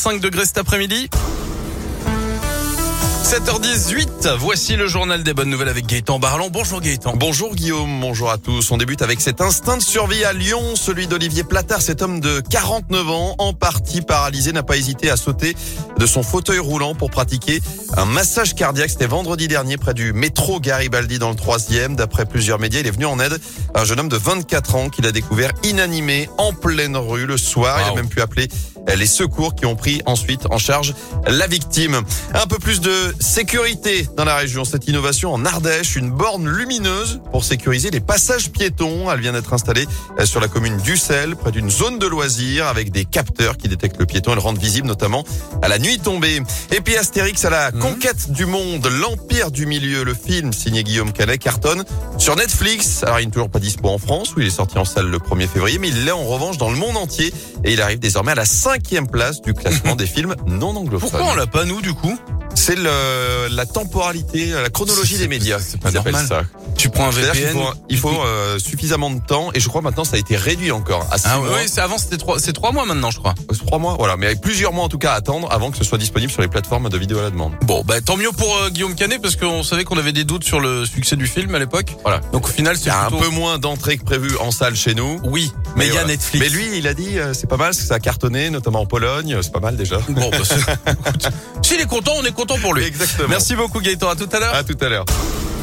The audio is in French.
5 degrés cet après-midi. 7h18, voici le journal des bonnes nouvelles avec Gaëtan Barland. Bonjour Gaëtan. Bonjour Guillaume, bonjour à tous. On débute avec cet instinct de survie à Lyon, celui d'Olivier Platard. Cet homme de 49 ans, en partie paralysé, n'a pas hésité à sauter de son fauteuil roulant pour pratiquer un massage cardiaque. C'était vendredi dernier près du métro Garibaldi dans le 3e. D'après plusieurs médias, il est venu en aide à un jeune homme de 24 ans qu'il a découvert inanimé en pleine rue le soir. Il a même pu appeler les secours qui ont pris ensuite en charge la victime. Un peu plus de sécurité dans la région. Cette innovation en Ardèche, une borne lumineuse pour sécuriser les passages piétons. Elle vient d'être installée sur la commune d'Ussel, près d'une zone de loisirs, avec des capteurs qui détectent le piéton et le rendent visible, notamment à la nuit tombée. Et puis Astérix à la conquête du monde, l'Empire du Milieu, le film signé Guillaume Canet cartonne sur Netflix. Alors il n'est toujours pas dispo en France, où il est sorti en salle le 1er février, mais il l'est en revanche dans le monde entier. Et il arrive désormais à la 5e place du classement des films non anglophones. Pourquoi on l'a pas nous du coup? C'est la temporalité, la chronologie des médias. C'est pas normal. Ça. Tu prends un VPN. Il faut suffisamment de temps, et je crois maintenant ça a été réduit encore à 6 mois. Oui, avant c'est 3 mois maintenant, je crois. 3 mois, voilà, mais avec plusieurs mois en tout cas à attendre avant que ce soit disponible sur les plateformes de vidéo à la demande. Bon, tant mieux pour Guillaume Canet, parce qu'on savait qu'on avait des doutes sur le succès du film à l'époque. Voilà. Donc au final, c'est un peu moins d'entrées que prévu en salle chez nous. Oui, mais il y a Netflix. Mais lui, il a dit c'est pas mal, parce que ça a cartonné, notamment en Pologne, c'est pas mal déjà. Bon, écoute, s'il est content, on est content pour lui. Exactement. Merci beaucoup Gaëtan, à tout à l'heure. À tout à l'heure.